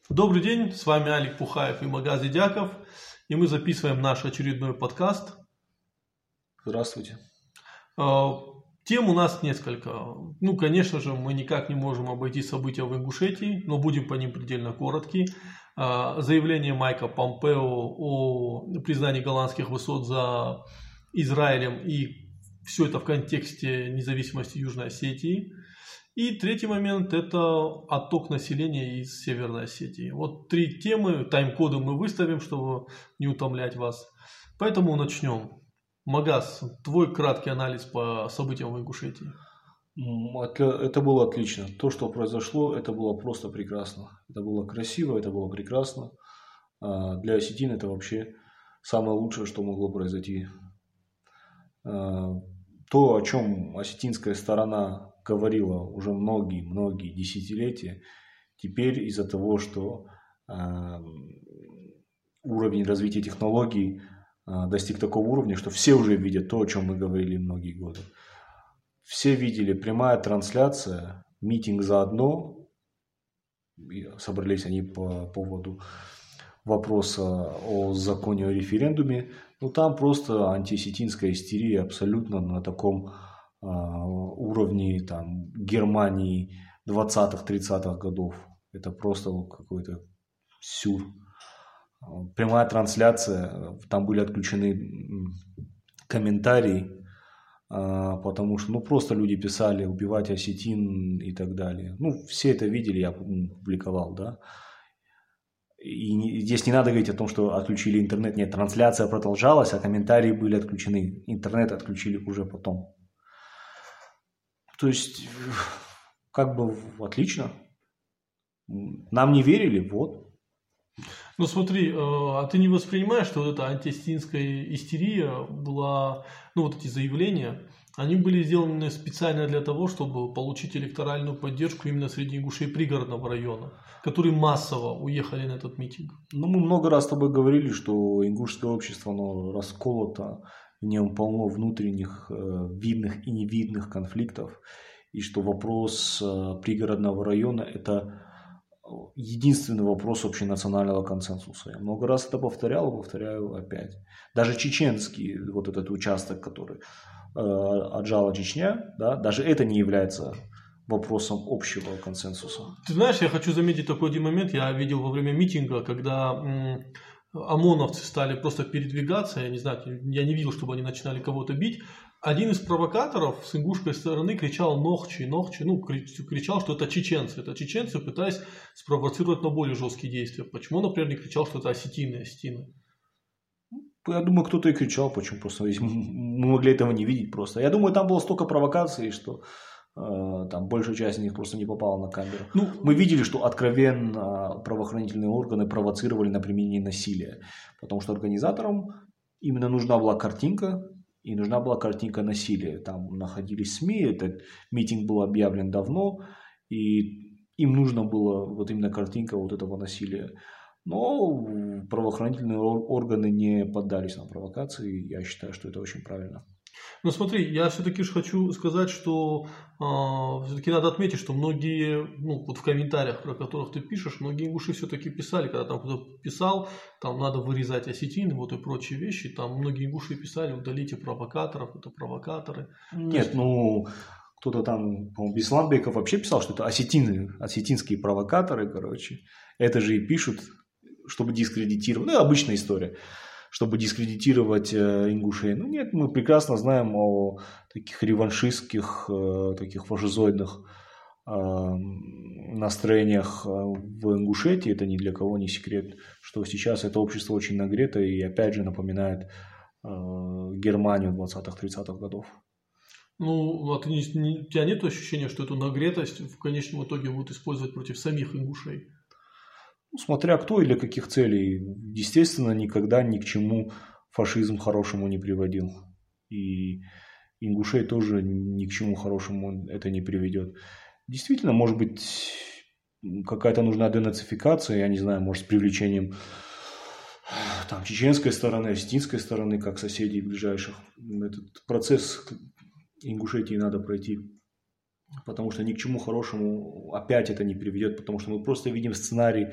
Добрый день, с вами Алик Пухаев и Магаз Дяков, и мы записываем наш очередной подкаст. Здравствуйте. Тем у нас несколько. Конечно же, мы никак не можем обойти события в Ингушетии, но будем по ним предельно коротки. Заявление Майка Помпео о признании голландских высот за Израилем, и все это в контексте независимости Южной Осетии. И третий момент – это отток населения из Северной Осетии. Вот три темы, тайм-коды мы выставим, чтобы не утомлять вас. Поэтому начнем. Магаз, твой краткий анализ по событиям в Ингушетии. Это было отлично. То, что произошло, это было просто прекрасно. Это было красиво, это было прекрасно. Для осетин это вообще самое лучшее, что могло произойти. То, о чем осетинская сторона говорила уже многие десятилетия, теперь из-за того, что уровень развития технологий достиг такого уровня, что все уже видят то, о чем мы говорили многие годы. Все видели прямая трансляция, митинг заодно, собрались они по поводу вопроса о законе о референдуме, но там просто антиосетинская истерия абсолютно на таком уровне там, Германии 20-30-х годов. Это просто какой-то сюр. Прямая трансляция, там были отключены комментарии, потому что просто люди писали убивать осетин и так далее. Все это видели, я публиковал, да. И здесь не надо говорить о том, что отключили интернет. Нет, трансляция продолжалась, а комментарии были отключены. Интернет отключили уже потом. То есть, отлично. Нам не верили, вот. Смотри, а ты не воспринимаешь, что вот эта антиосетинская истерия была, эти заявления, они были сделаны специально для того, чтобы получить электоральную поддержку именно среди ингушей пригородного района, которые массово уехали на этот митинг? Мы много раз с тобой говорили, что ингушское общество, оно расколото, в нем полно внутренних видных и невидных конфликтов, и что вопрос пригородного района – это единственный вопрос общенационального консенсуса. Я много раз это повторяю опять. Даже чеченский, вот этот участок, который отжала Чечня, да, даже это не является вопросом общего консенсуса. Ты знаешь, я хочу заметить такой один момент. Я видел во время митинга, когда ОМОНовцы стали просто передвигаться, я не видел, чтобы они начинали кого-то бить. Один из провокаторов с ингушской стороны кричал «Нохчи», кричал, что это чеченцы. Это чеченцы, пытаясь спровоцировать на более жесткие действия. Почему, например, не кричал, что это осетины? Я думаю, кто-то и кричал, почему просто мы могли этого не видеть просто. Я думаю, там было столько провокаций, что там большая часть из них просто не попала на камеру. Мы видели, что откровенно правоохранительные органы провоцировали на применение насилия, потому что организаторам именно нужна была картинка, и нужна была картинка насилия. Там находились СМИ, этот митинг был объявлен давно, и им нужно было вот именно картинка вот этого насилия. Но правоохранительные органы не поддались на провокации, я считаю, что это очень правильно. Смотри, я все-таки хочу сказать, что все-таки надо отметить, что многие, в комментариях, про которых ты пишешь, многие ингуши все-таки писали, когда там кто-то писал, там надо вырезать осетин и прочие вещи, там многие ингуши писали, удалите провокаторов, это провокаторы. Нет, кто-то там, по-моему, Бесламбеков вообще писал, что это осетинские провокаторы, это же и пишут, чтобы дискредитировать, обычная история, чтобы дискредитировать ингушей. Нет, мы прекрасно знаем о таких реваншистских, таких фашизоидных настроениях в Ингушетии. Это ни для кого не секрет, что сейчас это общество очень нагрето и опять же напоминает Германию 20-30-х годов. А у тебя нет ощущения, что эту нагретость в конечном итоге будут использовать против самих ингушей? Смотря кто и для каких целей. Естественно, никогда ни к чему фашизм хорошему не приводил. И ингушей тоже ни к чему хорошему это не приведет. Действительно, может быть, какая-то нужна денацификация, я не знаю, может, с привлечением чеченской стороны, осетинской стороны, как соседей ближайших. Этот процесс Ингушетии надо пройти. Потому что ни к чему хорошему опять это не приведет, потому что мы просто видим сценарий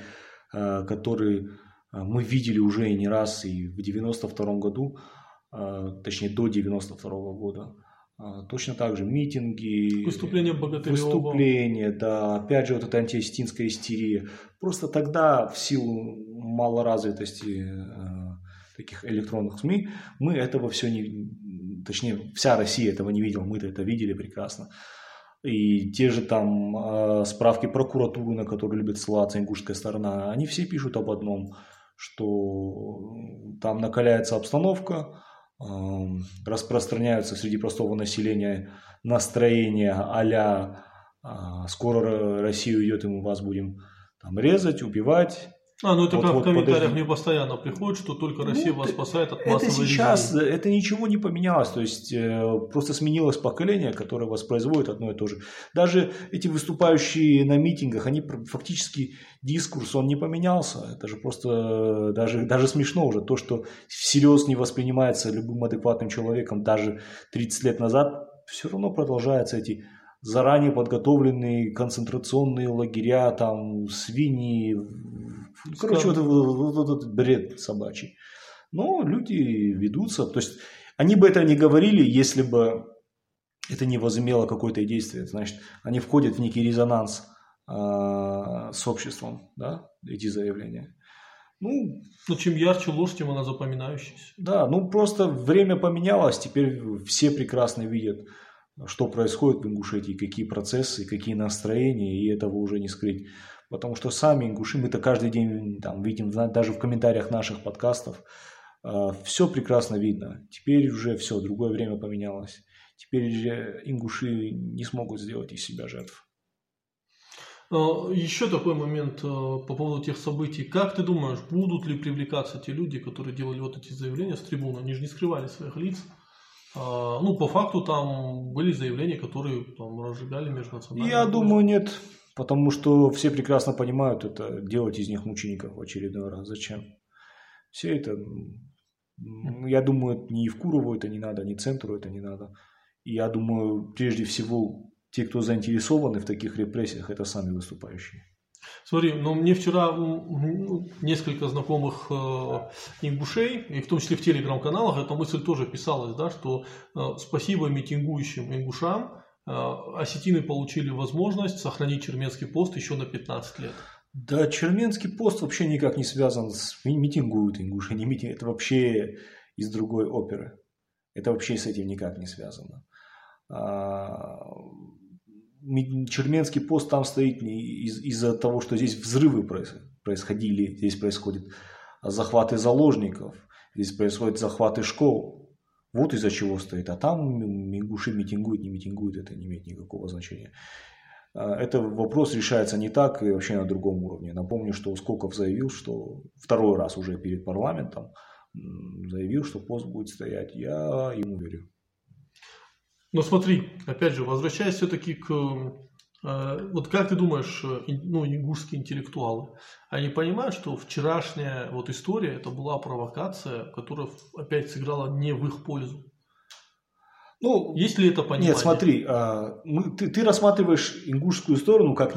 который мы видели уже и не раз, и в 92 году, точнее до 92 года. Точно так же митинги, выступления, да, опять же вот эта антиосетинская истерия. Просто тогда в силу малоразвитости таких электронных СМИ мы этого все не, точнее вся Россия этого не видела, мы-то это видели прекрасно. И те же там справки прокуратуры, на которые любит ссылаться ингушская сторона, они все пишут об одном, что там накаляется обстановка, распространяются среди простого населения настроения а-ля скоро Россия уйдет, и мы вас будем там резать, убивать. Ну это вот, как вот, в комментариях мне постоянно приходит, что только Россия вас спасает от массовой резни. Это сейчас, это ничего не поменялось, то есть просто сменилось поколение, которое воспроизводит одно и то же. Даже эти выступающие на митингах, они фактически дискурс, он не поменялся. Это же просто даже смешно уже, то, что всерьез не воспринимается любым адекватным человеком даже 30 лет назад, все равно продолжаются эти заранее подготовленные концентрационные лагеря, там свиньи. Короче, вот этот бред собачий. Но люди ведутся. То есть, они бы это не говорили, если бы это не возымело какое-то действие. Значит, они входят в некий резонанс с обществом, да, эти заявления. Но чем ярче ложь, тем она запоминающаяся. Да, просто время поменялось. Теперь все прекрасно видят, что происходит в Ингушетии, какие процессы, какие настроения, и этого уже не скрыть. Потому что сами ингуши, мы-то каждый день там видим, даже в комментариях наших подкастов, все прекрасно видно. Теперь уже все, другое время поменялось. Теперь же ингуши не смогут сделать из себя жертв. Еще такой момент по поводу тех событий. Как ты думаешь, будут ли привлекаться те люди, которые делали вот эти заявления с трибуны? Они же не скрывали своих лиц. По факту там были заявления, которые там разжигали межнациональные. Я думаю, нет. Потому что все прекрасно понимают это, делать из них мучеников в очередной раз. Зачем? Все это, я думаю, ни Евкурову это не надо, ни центру это не надо. И я думаю, прежде всего, те, кто заинтересованы в таких репрессиях, это сами выступающие. Смотри, мне вчера несколько знакомых ингушей, и в том числе в телеграм-каналах, эта мысль тоже писалась, да, что спасибо митингующим ингушам, осетины получили возможность сохранить Черменский пост еще на 15 лет. Да, Черменский пост вообще никак не связан с митингуют ингуши, не митинг, это вообще из другой оперы. Это вообще с этим никак не связано. Черменский пост там стоит из-за того, что здесь взрывы происходили, здесь происходят захваты заложников, здесь происходят захваты школ. Вот из-за чего стоит. А там ингуши митингуют, не митингуют, это не имеет никакого значения. Это вопрос решается не так и вообще на другом уровне. Напомню, что Скоков заявил, что второй раз уже перед парламентом заявил, что пост будет стоять. Я ему верю. Но смотри, опять же, возвращаясь все-таки к... Вот как ты думаешь, ингушские интеллектуалы, они понимают, что вчерашняя вот история, это была провокация, которая опять сыграла не в их пользу? Есть ли это понимание? Нет, смотри, ты рассматриваешь ингушскую сторону как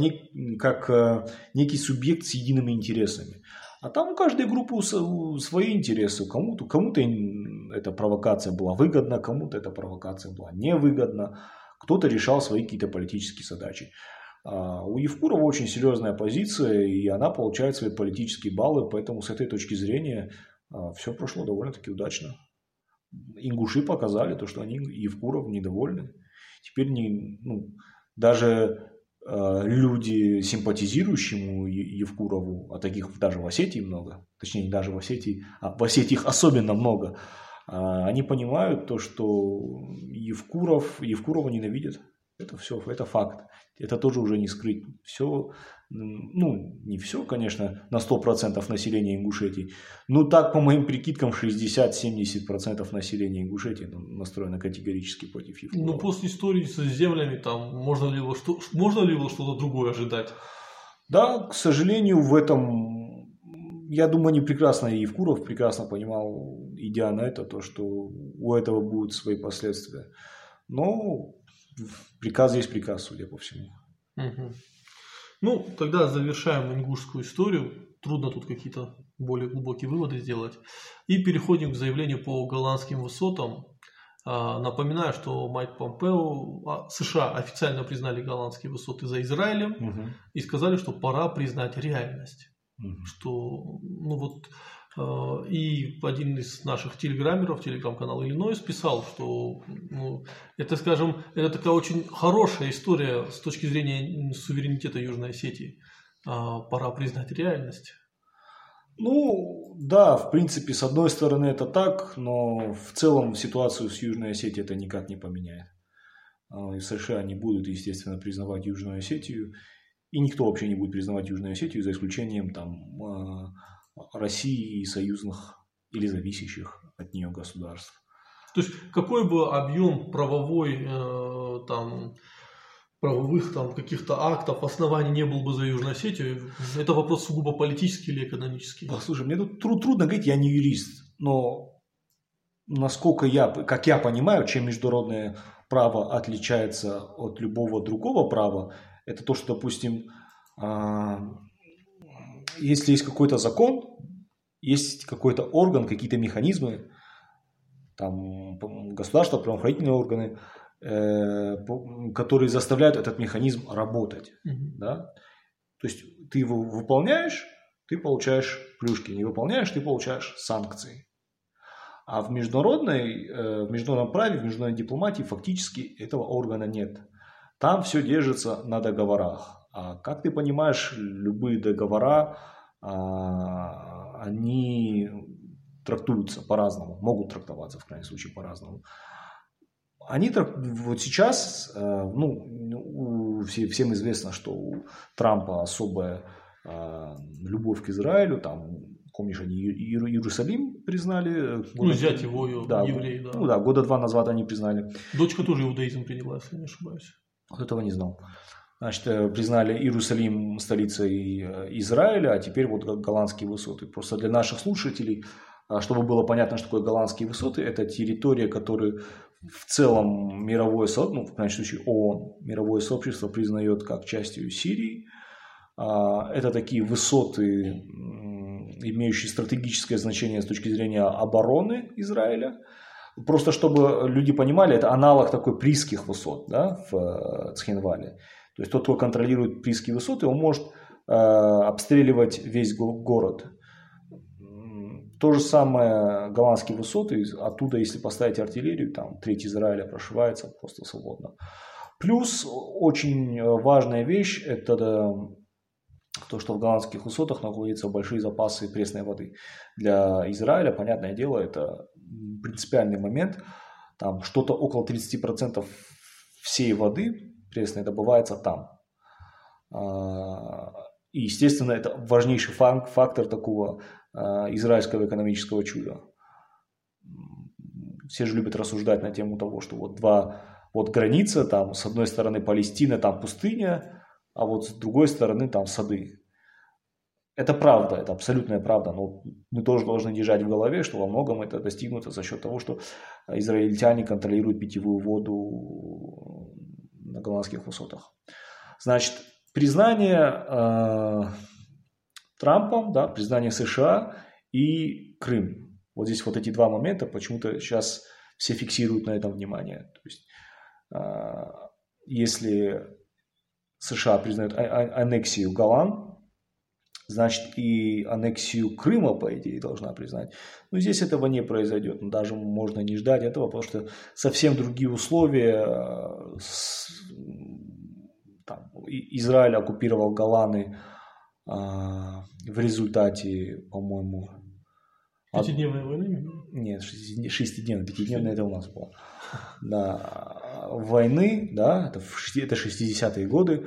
некий субъект с едиными интересами. А там у каждой группы свои интересы. Кому-то эта провокация была выгодна, кому-то эта провокация была невыгодна. Кто-то решал свои какие-то политические задачи. У Евкурова очень серьезная позиция, и она получает свои политические баллы, поэтому с этой точки зрения все прошло довольно-таки удачно. Ингуши показали то, что они Евкуров недовольны. Теперь даже люди, симпатизирующему Евкурову, а таких даже в Осетии много, точнее не даже в Осетии, а в Осетии их особенно много, они понимают то, что Евкурова ненавидят. Это все, это факт. Это тоже уже не скрыть. Все, не все, конечно, на 100% населения Ингушетии. Но так, по моим прикидкам, 60-70% населения Ингушетии настроено категорически против Евкурова. После истории с землями, там, можно ли его что-то другое ожидать? Да, к сожалению, в этом, я думаю, они прекрасно, и Евкуров прекрасно понимал, идя на это, то, что у этого будут свои последствия. Но приказ есть приказ, судя по всему. Тогда завершаем ингушскую историю. трудно тут какие-то более глубокие выводы сделать. И переходим к заявлению по голландским высотам. Напоминаю, что Майк Помпео, США официально признали голландские высоты за Израилем и сказали, что пора признать реальность. Что, и один из наших телеграммеров, телеграм-канал Иллинойс, писал, что это, скажем, это такая очень хорошая история с точки зрения суверенитета Южной Осетии. Пора признать реальность. Ну, да, в принципе, с одной стороны это так, но в целом ситуацию с Южной Осетией это никак не поменяет. И США не будут, естественно, признавать Южную Осетию, и никто вообще не будет признавать Южную Осетию, за исключением России и союзных или зависящих от нее государств. То есть, какой бы объем правовых каких-то актов, оснований не был бы за Южную Осетию, это вопрос сугубо политический или экономический? Послушай, мне тут трудно говорить, я не юрист, но насколько как я понимаю, чем международное право отличается от любого другого права, это то, что, допустим, если есть какой-то закон, есть какой-то орган, какие-то механизмы, там государство, правоохранительные органы, которые заставляют этот механизм работать. Да? То есть ты его выполняешь, ты получаешь плюшки, не выполняешь, ты получаешь санкции. А в международном праве, в международной дипломатии фактически этого органа нет. Там все держится на договорах. А как ты понимаешь, любые договора, они трактуются по-разному, могут трактоваться в крайнем случае по-разному. Вот сейчас, всем известно, что у Трампа особая любовь к Израилю, там, помнишь, они Иерусалим признали. Взять его евреи, да. Года 2 назад они признали. Дочка тоже иудаизм приняла, если не ошибаюсь. Вот этого не знал. Значит, признали Иерусалим столицей Израиля, а теперь вот голландские высоты. Просто для наших слушателей, чтобы было понятно, что такое голландские высоты, это территория, которую в целом мировое сообщество, в крайнем случае ООН, мировое сообщество признает как частью Сирии. Это такие высоты, имеющие стратегическое значение с точки зрения обороны Израиля. Просто чтобы люди понимали, это аналог такой Присских высот, да, в Цхинвале. То есть тот, кто контролирует Присские высоты, он может обстреливать весь город. То же самое голландские высоты, оттуда, если поставить артиллерию, там треть Израиля прошивается просто свободно. Плюс очень важная вещь, это то, что в голландских высотах находятся большие запасы пресной воды. Для Израиля, понятное дело, это принципиальный момент. Там что-то около 30% всей воды пресной добывается там. И, естественно, это важнейший фактор такого израильского экономического чуда. Все же любят рассуждать на тему того, что вот граница, там с одной стороны Палестина, там пустыня, а вот с другой стороны там сады. Это правда, это абсолютная правда, но мы тоже должны держать в голове, что во многом это достигнуто за счет того, что израильтяне контролируют питьевую воду на голландских высотах. Значит, признание Трампом, да, признание США и Крым. Вот здесь вот эти два момента почему-то сейчас все фиксируют на этом внимание. То есть, если США признают аннексию Голланд, значит и аннексию Крыма, по идее, должна признать. Но здесь этого не произойдет. Даже можно не ждать этого, потому что совсем другие условия. Израиль оккупировал Голланы в результате, по-моему... 5-дневной войны? Нет, 6-дневной, 5-дневная это у нас было. Да, войны, да, это 60-е годы.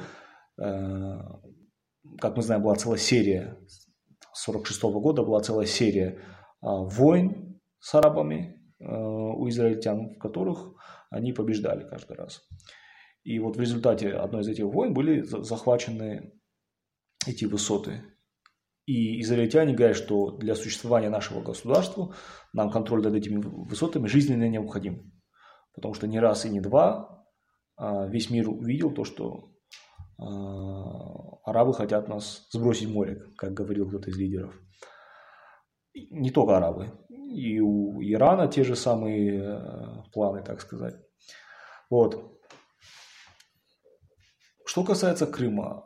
Как мы знаем, была целая серия, с 1946 года была целая серия войн с арабами у израильтян, в которых они побеждали каждый раз. И вот в результате одной из этих войн были захвачены эти высоты. И израильтяне говорят, что для существования нашего государства нам контроль над этими высотами жизненно необходим. Потому что не раз и не два весь мир увидел то, что арабы хотят нас сбросить в море, как говорил кто-то из лидеров. Не только арабы. И у Ирана те же самые планы, так сказать. Вот. Что касается Крыма,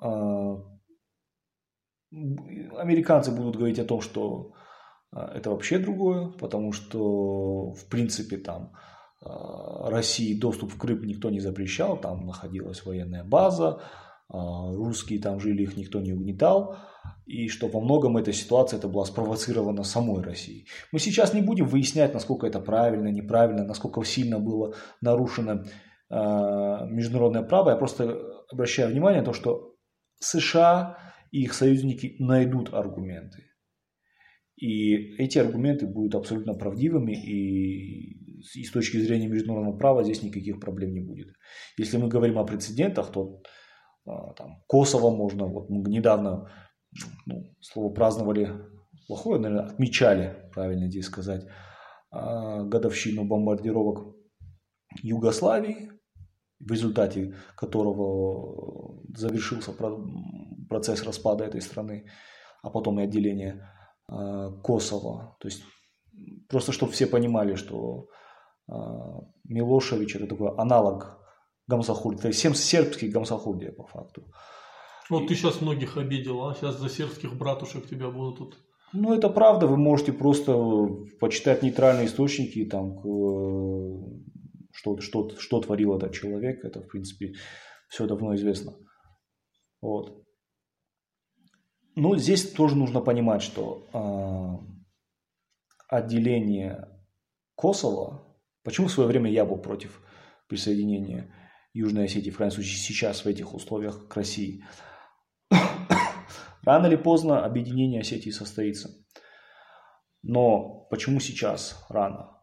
американцы будут говорить о том, что это вообще другое, потому что, в принципе, там России доступ в Крым никто не запрещал, там находилась военная база, русские там жили, их никто не угнетал, и что во многом эта ситуация это была спровоцирована самой Россией. Мы сейчас не будем выяснять, насколько это правильно, неправильно, насколько сильно было нарушено международное право. Я просто обращаю внимание на то, что США и их союзники найдут аргументы. И эти аргументы будут абсолютно правдивыми, и с точки зрения международного права здесь никаких проблем не будет. Если мы говорим о прецедентах, то там, Косово можно, вот мы недавно, слово праздновали плохое, наверное, отмечали, правильно здесь сказать, годовщину бомбардировок Югославии, в результате которого завершился процесс распада этой страны, а потом и отделения Косово. То есть просто чтобы все понимали, что Милошевич это такой аналог Гамсахурдия, это сербский Гамсахурдия по факту. Вот ты сейчас многих обидел, а сейчас за сербских братушек тебя будут тут. Ну это правда, вы можете просто почитать нейтральные источники, там, что творил этот человек, это в принципе все давно известно. Вот. Но здесь тоже нужно понимать, что отделение Косово, почему в свое время я был против присоединения Южной Осетии, в крайнем случае сейчас в этих условиях к России. Рано или поздно объединение Осетии состоится. Но почему сейчас рано?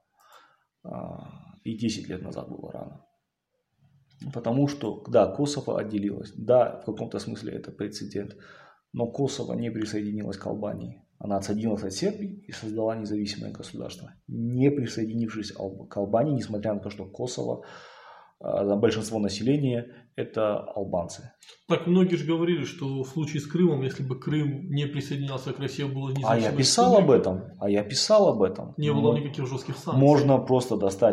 И 10 лет назад было рано. Потому что, да, Косово отделилось. Да, в каком-то смысле это прецедент. Но Косово не присоединилось к Албании. Она отсоединилась от Сербии и создала независимое государство, не присоединившись к Албании, несмотря на то, что Косово, большинство населения это албанцы. Так многие же говорили, что в случае с Крымом, если бы Крым не присоединялся к России, было независимое. А я писал об этом. Не было никаких жестких санкций. Можно просто достать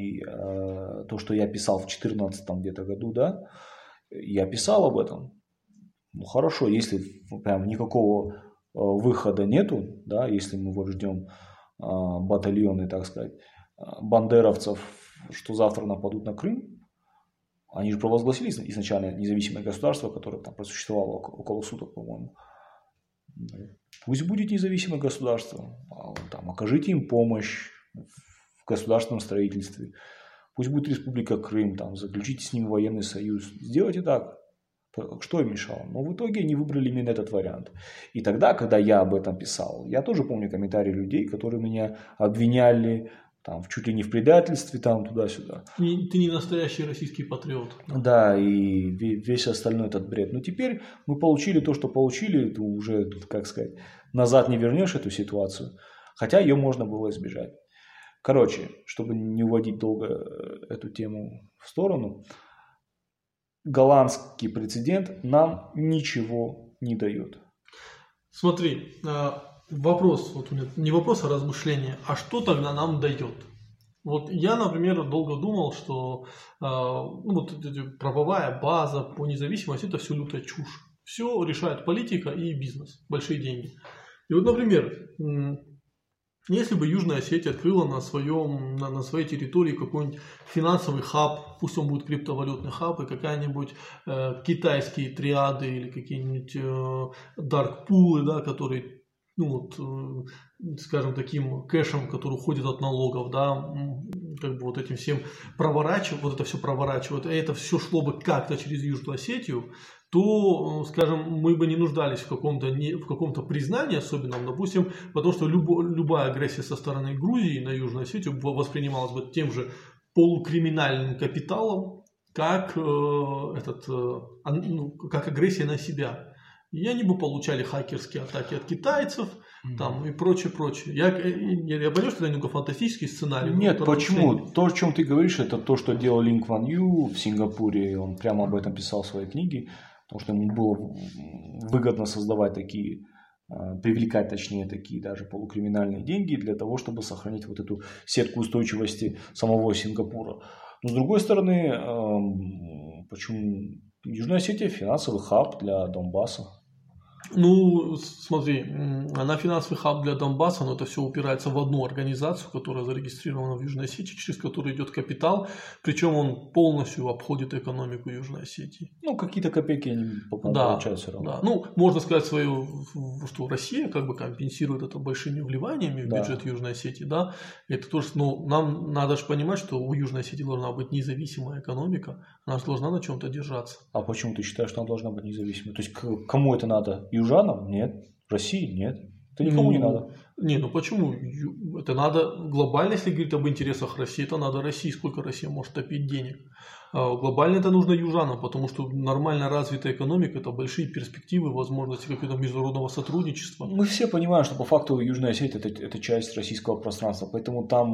то, что я писал в 2014 где-то году, да? Я писал об этом. Ну хорошо, если прям никакого выхода нету, да, если мы вот ждем батальоны, так сказать, бандеровцев, что завтра нападут на Крым, они же провозгласили изначально независимое государство, которое там просуществовало около суток, по-моему. Пусть будет независимое государство, там, окажите им помощь в государственном строительстве. Пусть будет Республика Крым, там, заключите с ними военный союз. Сделайте так. Что им мешало? Но в итоге они выбрали именно этот вариант. И тогда, когда я об этом писал, я тоже помню комментарии людей, которые меня обвиняли там, чуть ли не в предательстве, там, туда-сюда. Ты не настоящий российский патриот. Да, и весь остальной этот бред. Но теперь мы получили то, что получили, ты уже, как сказать, назад не вернешь эту ситуацию. Хотя ее можно было избежать. Короче, чтобы не уводить долго эту тему в сторону, голландский прецедент нам ничего не дает. Смотри, вопрос, вот у меня не вопрос, а размышление. А что тогда нам дает? Вот я, например, долго думал, что правовая база по независимости – это все лютая чушь. Все решает политика и бизнес, большие деньги. И вот, например, если бы Южная Осетия открыла на своей территории какой-нибудь финансовый хаб, пусть он будет криптовалютный хаб, и какая-нибудь китайские триады или какие-нибудь даркпулы, да, которые, скажем, таким кэшем, который уходит от налогов, да, как бы вот этим всем проворачивают, и это все шло бы как-то через Южную Осетию, то, скажем, мы бы не нуждались в каком-то признании особенном, допустим, потому что любая агрессия со стороны Грузии на Южную Осетию воспринималась бы тем же полукриминальным капиталом, как агрессия на себя. И они бы получали хакерские атаки от китайцев там, и прочее. Я понимаю, что это немного фантастический сценарий. Нет, почему? То, о чем ты говоришь, это то, что делал Лин Кван Ю в Сингапуре. Он прямо об этом писал в своей книге. потому что ему было выгодно создавать такие, привлекать, точнее, такие даже полукриминальные деньги для того, чтобы сохранить вот эту сетку устойчивости самого Сингапура. Но с другой стороны, почему Южная Осетия финансовый хаб для Донбасса? Ну, смотри, она финансовый хаб для Донбасса, но это все упирается в одну организацию, которая зарегистрирована в Южной Осетии, через которую идет капитал, причем он полностью обходит экономику Южной Осетии. Ну, какие-то копейки они получают все равно. Да. Ну, можно сказать, что Россия как бы компенсирует это большими вливаниями в бюджет Южной Осетии, да. Это тоже, ну, нам надо же понимать, что у Южной Осетии должна быть независимая экономика, она же должна на чем-то держаться. А почему ты считаешь, что она должна быть независимой? То есть, кому это надо? Южанам? Нет. России? Нет. Это никому не надо. Не, ну почему? Это надо глобально, если говорить об интересах России, это надо России, сколько Россия может топить денег. А глобально это нужно южанам, потому что нормально развитая экономика – это большие перспективы, возможности какого-то международного сотрудничества. Мы все понимаем, что по факту Южная Осетия это часть российского пространства, поэтому там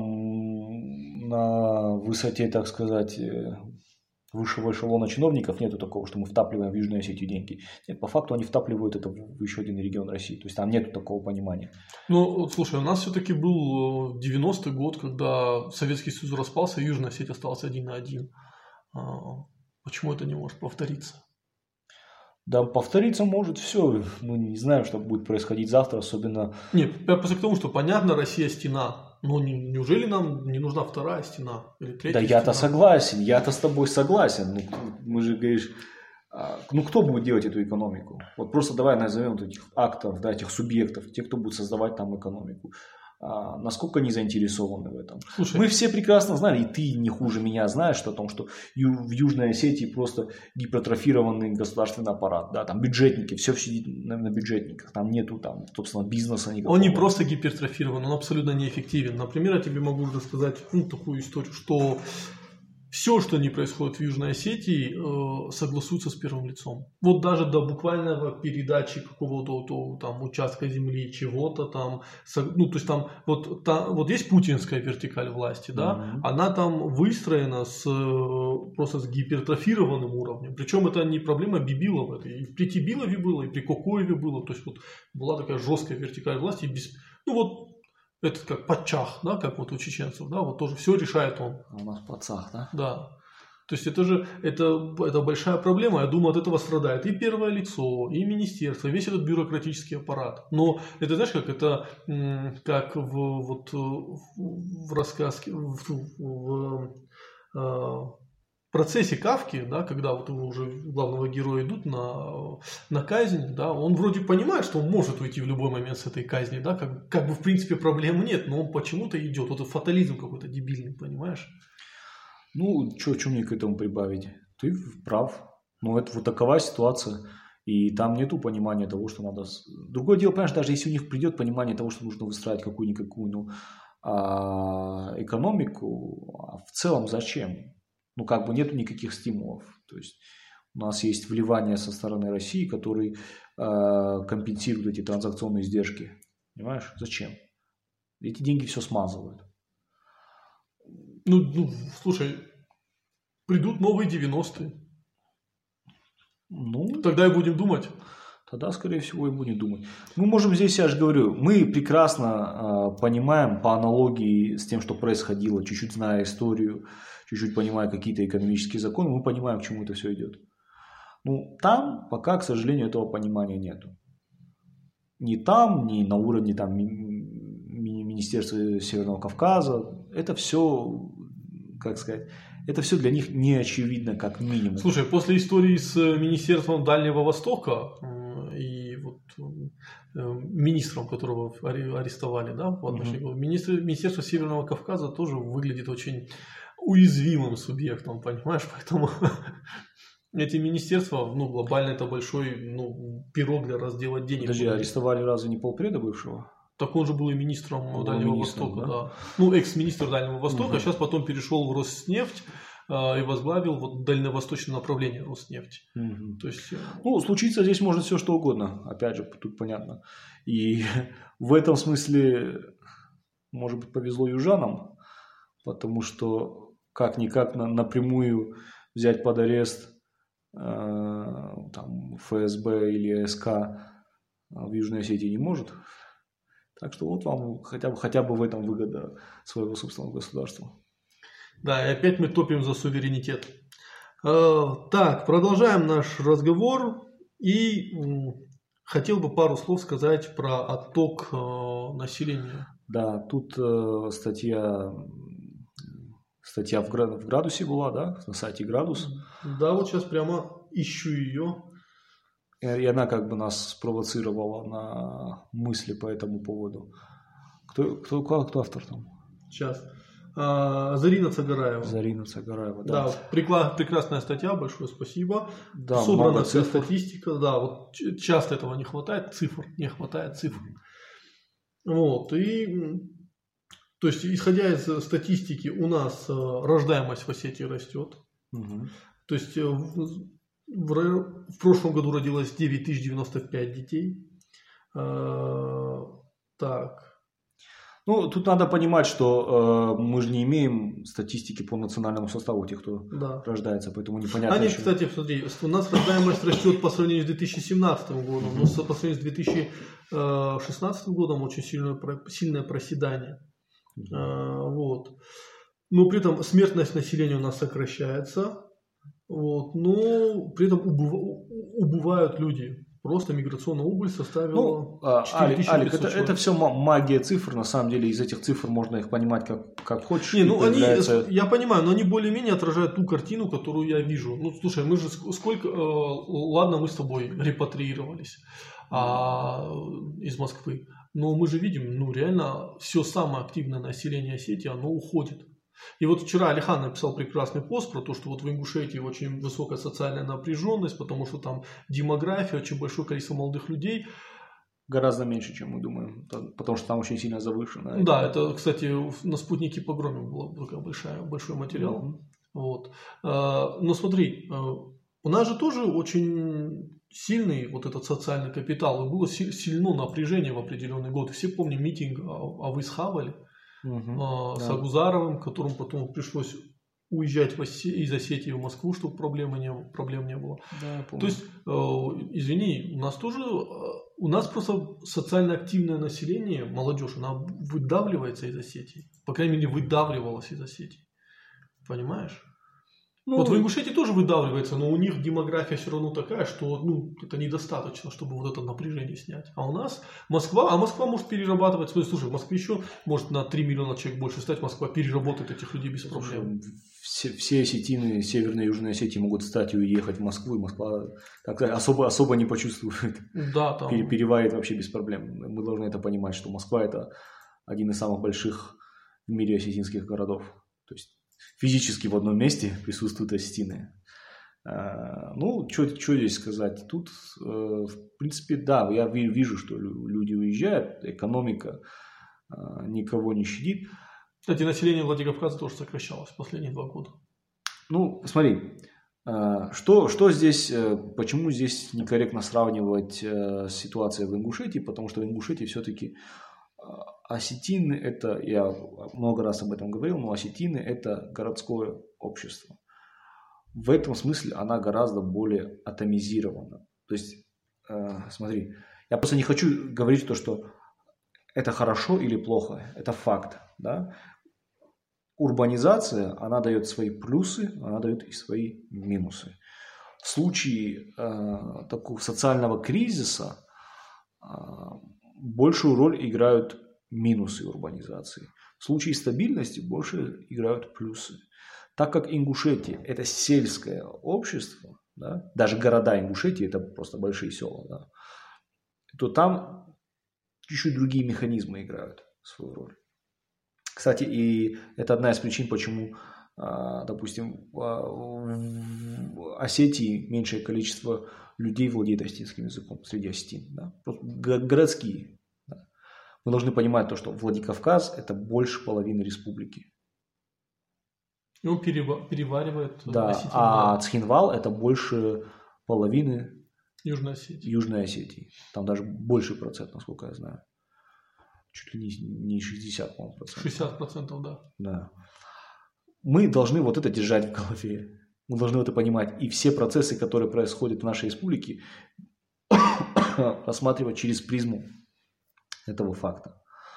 на высоте, так сказать, высшего эшелона чиновников нету такого, что мы втапливаем в Южную Осетию деньги. Нет, по факту они втапливают это в еще один регион России. То есть там нету такого понимания. Ну, слушай, у нас все-таки был 90-й год, когда Советский Союз распался, и Южная Осетия осталась 1 на 1. Почему это не может повториться? Да, повториться может все. Мы не знаем, что будет происходить завтра, особенно... Нет, я просто к тому, что понятно, Россия стена. Но неужели нам не нужна вторая стена или третья стена? Да я-то согласен, я-то с тобой согласен. Ну, мы же говоришь, ну кто будет делать эту экономику? Вот просто давай назовем этих акторов, да, этих субъектов, те, кто будет создавать там экономику. Насколько они заинтересованы в этом. Слушай, мы все прекрасно знаем, и ты не хуже меня знаешь о том, что в Южной Осетии просто гипертрофированный государственный аппарат, да, там бюджетники, все сидит на бюджетниках, там нету там, собственно, бизнеса никакого. Он не просто гипертрофирован, он абсолютно неэффективен. Например, я тебе могу рассказать такую историю, что все, что не происходит в Южной Осетии, согласуется с первым лицом. Вот даже до буквального передачи какого-то там участка земли, чего-то там, ну то есть там вот есть путинская вертикаль власти, да, она там выстроена просто с гипертрофированным уровнем. Причем это не проблема Бибилова, это и при Тибилове было, и при Кокоеве было, то есть вот была такая жесткая вертикаль власти, ну вот. Это как Патчах, да, как вот у чеченцев, да, вот тоже все решает он. У нас Патсах, да? Да. То есть это большая проблема. Я думаю, от этого страдает и первое лицо, и министерство, весь этот бюрократический аппарат. Но это, знаешь, как это, как в рассказке, в процессе Кафки, да, когда вот его уже главного героя идут на казнь, да, он вроде понимает, что он может уйти в любой момент с этой казни, да, как бы в принципе проблем нет, но он почему-то идет. Вот это фатализм какой-то дебильный, понимаешь? Ну, что мне к этому прибавить? Ты прав. Но это вот такова ситуация. И там нету понимания того, что надо... Другое дело, понимаешь, даже если у них придет понимание того, что нужно выстраивать какую-никакую экономику, а в целом зачем? Ну, как бы нету никаких стимулов. То есть у нас есть вливания со стороны России, которые компенсируют эти транзакционные издержки. Понимаешь? Зачем? Эти деньги все смазывают. Ну, слушай, придут новые 90-е. Ну, тогда и будем думать. Тогда, скорее всего, и будем думать. Мы можем здесь, я же говорю, мы прекрасно понимаем по аналогии с тем, что происходило, чуть-чуть зная историю, чуть-чуть понимая какие-то экономические законы, мы понимаем, к чему это все идет. Ну, там пока, к сожалению, этого понимания нету. Ни там, ни на уровне там, Министерства Северного Кавказа. Это все, как сказать, это все для них не очевидно, как минимум. Слушай, после истории с Министерством Дальнего Востока и вот министром, которого арестовали, да, по отношению, Министерство Северного Кавказа тоже выглядит очень уязвимым субъектом, понимаешь, поэтому эти министерства, ну, глобально это большой, ну, пирог для раздела денег. Подожди, арестовали разве не полпреда бывшего? Так он же был и министром Дальнего Востока, да. Ну, экс-министр Дальнего Востока, сейчас потом перешел в Роснефть и возглавил вот дальневосточное направление Роснефти. То есть... Ну, случиться здесь может все что угодно, опять же, тут понятно. И в этом смысле, может быть, повезло южанам, потому что как-никак напрямую взять под арест там, ФСБ или СК в Южной Осетии не может. Так что вот вам хотя бы в этом выгода своего собственного государства. Да, и опять мы топим за суверенитет. Так, продолжаем наш разговор. И хотел бы пару слов сказать про отток населения. Да, тут статья в Градусе была, да, на сайте Градус. Да, вот сейчас прямо ищу ее. И она как бы нас спровоцировала на мысли по этому поводу. Кто автор там? Сейчас. Зарина Цагараева. Зарина Цагараева, да. Да, прекрасная статья, большое спасибо. Да, собрана вся статистика, да, вот часто этого не хватает, не хватает цифр. Вот, и, то есть, исходя из статистики, у нас рождаемость в Осетии растет. Угу. То есть, в прошлом году родилось 9095 детей. Так. Ну, тут надо понимать, что мы же не имеем статистики по национальному составу тех, кто рождается, поэтому непонятно. Нет, кстати, смотри, у нас рождаемость растет по сравнению с 2017 годом, но по сравнению с 2016 годом очень сильное проседание. Вот. Но при этом смертность населения у нас сокращается, вот, но при этом убывают люди. Просто миграционная убыль составила 4500 Алик, человек. это все магия цифр, на самом деле, из этих цифр можно их понимать как хочешь. Я понимаю, но они более-менее отражают ту картину, которую я вижу. Ну, слушай, мы же ладно, мы с тобой репатриировались из Москвы, но мы же видим, реально все самое активное население Осетии, оно уходит. И вот вчера Алихан написал прекрасный пост про то, что вот в Ингушетии очень высокая социальная напряженность, потому что там демография, очень большое количество молодых людей. Гораздо меньше, чем мы думаем, потому что там очень сильно завышено. Да, это, кстати, на спутнике погроме был большой материал. Вот. Но смотри, у нас же тоже очень сильный вот этот социальный капитал, и было сильно напряжение в определенный год. Все помним митинг «Вы схавали». С Агузаровым, которому потом пришлось уезжать из Осетии в Москву, чтобы проблем не было. Да, то есть, извини, у нас просто социально активное население, молодежь, она выдавливается из Осетии. По крайней мере, выдавливалась из Осетии. Понимаешь? Вот в Ингушетии тоже выдавливается, но у них демография все равно такая, что это недостаточно, чтобы вот это напряжение снять. А у нас Москва может перерабатывать. Слушай, в Москве еще может на 3 миллиона человек больше стать. Москва переработает этих людей без проблем. Все осетины, Северной и Южной Осетии могут встать и уехать в Москву, и Москва особо не почувствует. Да, там. Переварит вообще без проблем. Мы должны это понимать, что Москва – это один из самых больших в мире осетинских городов. То есть физически в одном месте присутствуют осетины. Что здесь сказать? Тут, в принципе, да, я вижу, что люди уезжают, экономика никого не щадит. Кстати, население Владикавказа тоже сокращалось в последние 2 года. Смотри, что здесь, почему здесь некорректно сравнивать с ситуацией в Ингушетии? Потому что в Ингушетии все-таки осетины – это, я много раз об этом говорил, но осетины – это городское общество. В этом смысле она гораздо более атомизирована. То есть, смотри, я просто не хочу говорить то, что это хорошо или плохо, это факт. Да? Урбанизация, она дает свои плюсы, она дает и свои минусы. В случае такого социального кризиса большую роль играют минусы урбанизации. В случае стабильности больше играют плюсы. Так как Ингушетия – это сельское общество, да, даже города Ингушетии – это просто большие села, да, то там чуть-чуть другие механизмы играют свою роль. Кстати, и это одна из причин, почему, допустим, в Осетии меньшее количество людей владеет осетинским языком среди осетин. Да? Городские. Да? Мы должны понимать то, что Владикавказ – это больше половины республики. И он переваривает осетин. А Цхинвал – это больше половины Южной Осетии. Там даже больший процент, насколько я знаю. Чуть ли не 60, по-моему, процентов. 60%, да. Да. Мы должны вот это держать в голове. Мы должны это понимать. И все процессы, которые происходят в нашей республике, рассматривать через призму этого факта.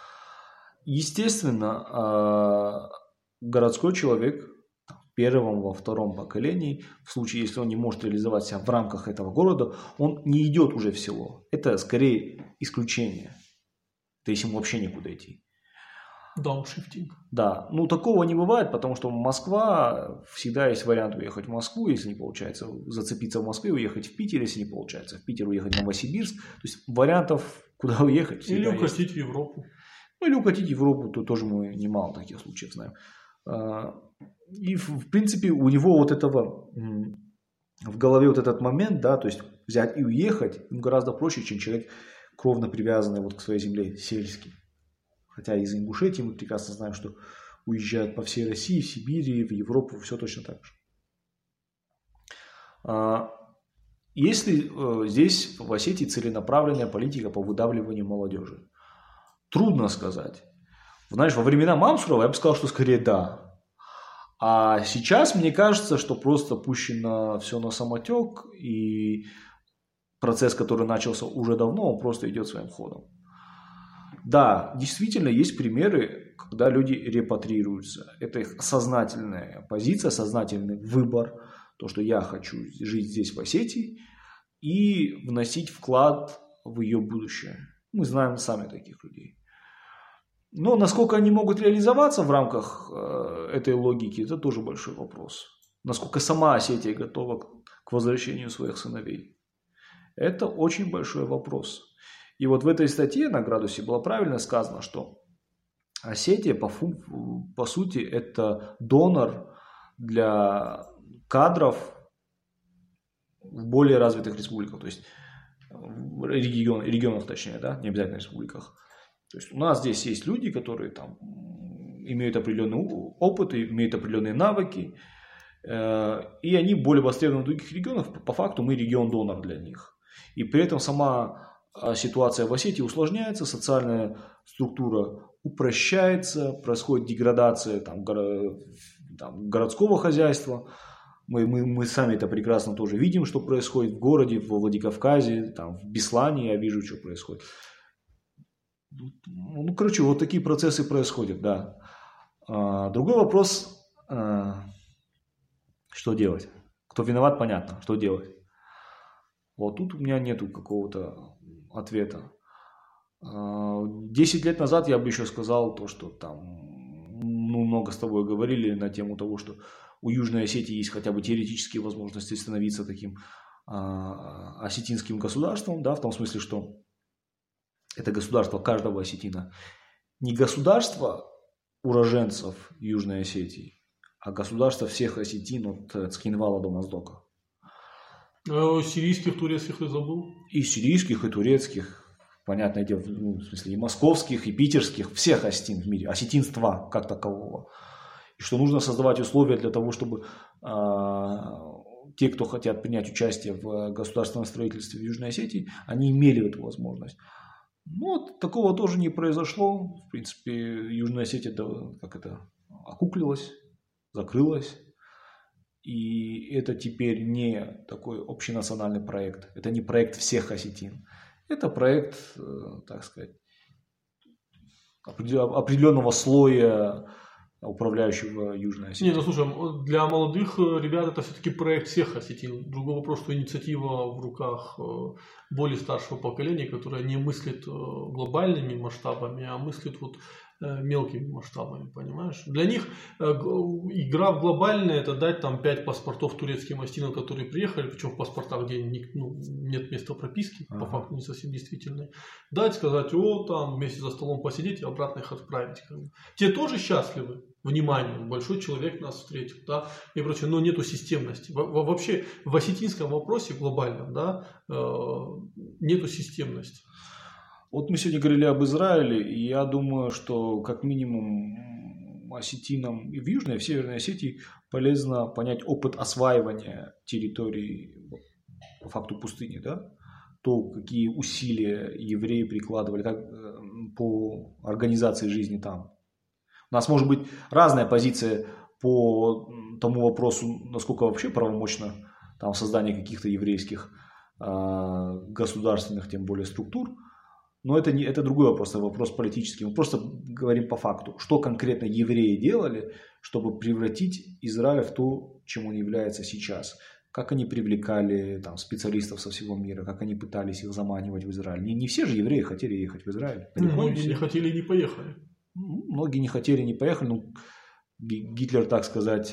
Естественно, городской человек в первом, во втором поколении, в случае, если он не может реализовать себя в рамках этого города, он не идет уже в село. Это скорее исключение. То есть ему вообще некуда идти. Дауншифтинг. Да, ну такого не бывает, потому что Москва, всегда есть вариант уехать в Москву, если не получается зацепиться в Москве, уехать в Питер, если не получается, в Питер уехать в Новосибирск. То есть вариантов, куда уехать. Или укатить в Европу. Ну или укатить в Европу, то тоже мы немало таких случаев знаем. И в принципе у него вот этого в голове вот этот момент, да, то есть взять и уехать, ему гораздо проще, чем человек кровно привязанный вот к своей земле, сельский. Хотя из Ингушетии мы прекрасно знаем, что уезжают по всей России, в Сибири, в Европу, все точно так же. Если здесь в Осетии целенаправленная политика по выдавливанию молодежи? Трудно сказать. Знаешь, во времена Мансурова я бы сказал, что скорее да. А сейчас мне кажется, что просто пущено все на самотек, и процесс, который начался уже давно, он просто идет своим ходом. Да, действительно есть примеры, когда люди репатриируются. Это их сознательная позиция, сознательный выбор, то, что я хочу жить здесь, в Осетии, и вносить вклад в ее будущее. Мы знаем сами таких людей. Но насколько они могут реализоваться в рамках этой логики, это тоже большой вопрос. Насколько сама Осетия готова к возвращению своих сыновей. Это очень большой вопрос. И вот в этой статье на «Градусе» было правильно сказано, что Осетия, по сути, это донор для кадров в более развитых республиках, то есть в регионах, точнее, да, не обязательно в республиках. То есть у нас здесь есть люди, которые там имеют определенный опыт, имеют определенные навыки, и они более востребованы в других регионах. По факту мы регион-донор для них. И при этом сама ситуация в Осетии усложняется, социальная структура упрощается, происходит деградация городского хозяйства. Мы сами это прекрасно тоже видим, что происходит в городе, во Владикавказе, там, в Беслане я вижу, что происходит. Ну, короче, вот такие процессы происходят, да. Другой вопрос, что делать? Кто виноват, понятно, что делать. Вот тут у меня нету какого-то ответа. 10 лет назад я бы еще сказал то, что там, много с тобой говорили на тему того, что у Южной Осетии есть хотя бы теоретические возможности становиться таким осетинским государством, да, в том смысле, что это государство каждого осетина. Не государство уроженцев Южной Осетии, а государство всех осетин от Цхинвала до Моздока. Сирийских, турецких ты забыл? И сирийских, и турецких, понятное дело, в смысле и московских, и питерских, всех осетин в мире, осетинства как такового. И что нужно создавать условия для того, чтобы те, кто хотят принять участие в государственном строительстве в Южной Осетии, они имели эту возможность. Вот такого тоже не произошло. В принципе, Южная Осетия окуклилась, закрылась. И это теперь не такой общенациональный проект. Это не проект всех осетин. Это проект, так сказать, определенного слоя управляющего Южной Осетией. Не, ну слушай, для молодых ребят это все-таки проект всех осетин. Другой вопрос, что инициатива в руках более старшего поколения, которое не мыслит глобальными масштабами, а мыслит вот мелкими масштабами, понимаешь? Для них игра в глобальное — это дать там 5 паспортов турецким осетинам, которые приехали, причем в паспортах, где нет места прописки, по факту не совсем действительной. Дать, сказать, там вместе за столом посидеть и обратно их отправить. Те тоже счастливы. Внимание, большой человек нас встретил, да, и прочее, но нету системности. Вообще в осетинском вопросе глобальном, да, нету системности. Вот мы сегодня говорили об Израиле, и я думаю, что как минимум осетинам и в Южной, и в Северной Осетии полезно понять опыт осваивания территории по факту пустыни, да, то, какие усилия евреи прикладывали по организации жизни там. У нас может быть разная позиция по тому вопросу, насколько вообще правомочно там создание каких-то еврейских государственных, тем более структур. Но это другой вопрос, это вопрос политический. Мы просто говорим по факту, что конкретно евреи делали, чтобы превратить Израиль в то, чем он является сейчас. Как они привлекали там, специалистов со всего мира, как они пытались их заманивать в Израиль. Не все же евреи хотели ехать в Израиль. Многие не хотели и не поехали. Многие не хотели и не поехали. Ну, Гитлер, так сказать,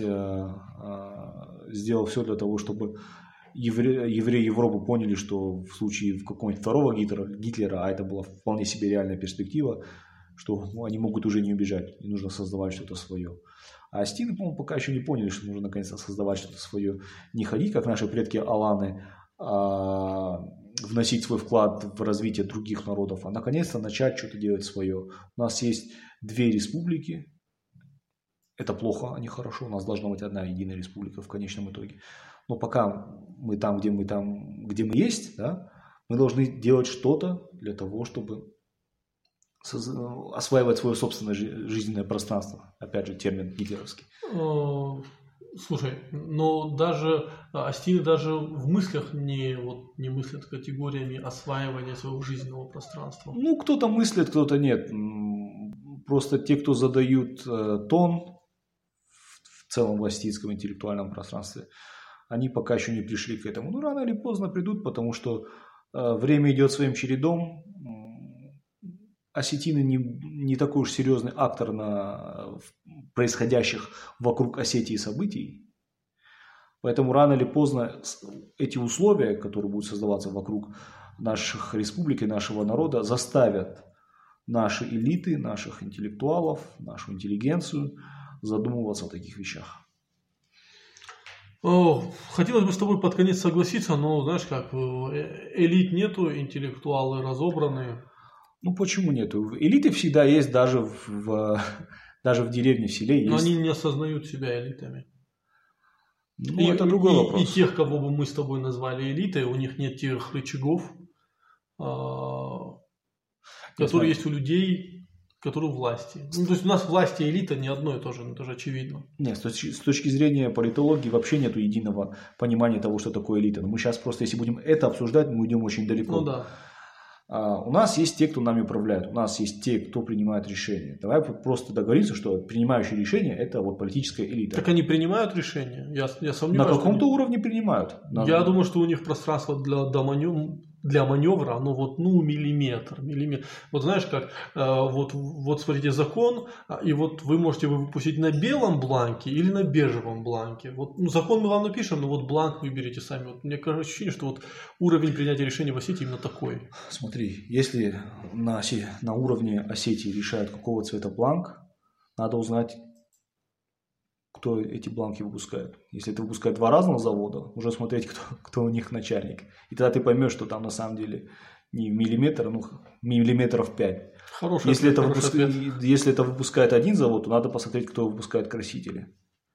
сделал все для того, чтобы евреи Европы поняли, что в случае какого-нибудь второго Гитлера, а это была вполне себе реальная перспектива, что они могут уже не убежать, и нужно создавать что-то свое. А астины, по-моему, пока еще не поняли, что нужно наконец-то создавать что-то свое. Не ходить, как наши предки аланы, вносить свой вклад в развитие других народов, а наконец-то начать что-то делать свое. У нас есть 2 республики. Это плохо, а не хорошо. У нас должна быть одна единая республика в конечном итоге. Но пока мы там, где мы есть, да, мы должны делать что-то для того, чтобы осваивать свое собственное жизненное пространство. Опять же, термин гитлеровский. Слушай, но даже астины даже в мыслях не мыслят категориями осваивания своего жизненного пространства. Ну, кто-то мыслит, кто-то нет. Просто те, кто задают тон в целом в астинском интеллектуальном пространстве, они пока еще не пришли к этому. Ну, рано или поздно придут, потому что время идет своим чередом. Осетины не такой уж серьезный актор на происходящих вокруг Осетии событий. Поэтому рано или поздно эти условия, которые будут создаваться вокруг наших республик и нашего народа, заставят наши элиты, наших интеллектуалов, нашу интеллигенцию задумываться о таких вещах. Хотелось бы с тобой под конец согласиться, но знаешь как, элит нету, интеллектуалы разобраны. Ну почему нету? Элиты всегда есть даже в деревне, в селе. Но они не осознают себя элитами. Ну, это другой вопрос. И тех, кого бы мы с тобой назвали элитой, у них нет тех рычагов, которые есть у людей, которые у власти. Ну, то есть у нас власть и элита не одно и то же, это же очевидно. Нет, с точки зрения политологии вообще нет единого понимания того, что такое элита. Но мы сейчас просто, если будем это обсуждать, мы уйдем очень далеко. Ну да. У нас есть те, кто нами управляет, у нас есть те, кто принимает решения. Давай просто договоримся, что принимающие решения – это вот политическая элита. Так они принимают решения? Я сомневаюсь. На каком-то уровне принимают. Я думаю, что у них пространство для маневра, миллиметр. Вот знаешь как, вот смотрите закон, и вот вы можете его выпустить на белом бланке или на бежевом бланке. Вот, закон мы вам напишем, но вот бланк выберите сами. Вот, мне кажется ощущение, что вот уровень принятия решений в Осетии именно такой. Смотри, если на уровне Осетии решают, какого цвета бланк, надо узнать, кто эти бланки выпускает. Если это выпускает 2 разных завода, уже смотреть, кто у них начальник. И тогда ты поймешь, что там на самом деле не миллиметр, миллиметров 5. Если это выпускает один завод, то надо посмотреть, кто выпускает красители.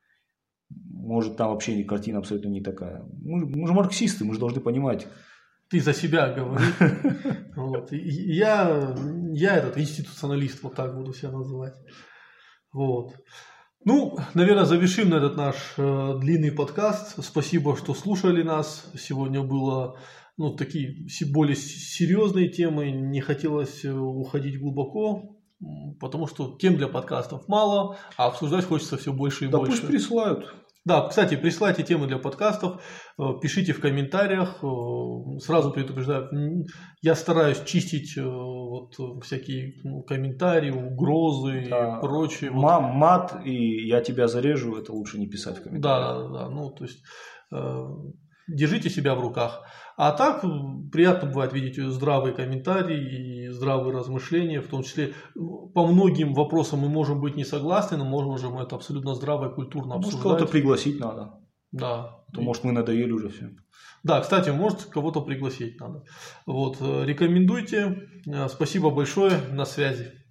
Может, там вообще картина абсолютно не такая. Мы же марксисты, мы же должны понимать. Ты за себя говори. Вот. Я этот институционалист, вот так буду себя называть. Вот. Ну, наверное, завершим на этот наш длинный подкаст. Спасибо, что слушали нас. Сегодня было такие более серьезные темы. Не хотелось уходить глубоко, потому что тем для подкастов мало, а обсуждать хочется все больше и больше. Да пусть присылают. Да, кстати, присылайте темы для подкастов, пишите в комментариях. Сразу предупреждаю, я стараюсь чистить всякие комментарии, угрозы и прочее. Мат и я тебя зарежу, это лучше не писать в комментариях. Да, то есть держите себя в руках. А так приятно бывает видеть здравые комментарии и здравые размышления, в том числе по многим вопросам мы можем быть не согласны, но можем это абсолютно здраво и культурно обсуждать. Может, кого-то пригласить надо. Да. А то, может, мы надоели уже все. Да, кстати, может, кого-то пригласить надо. Вот, рекомендуйте. Спасибо большое, на связи.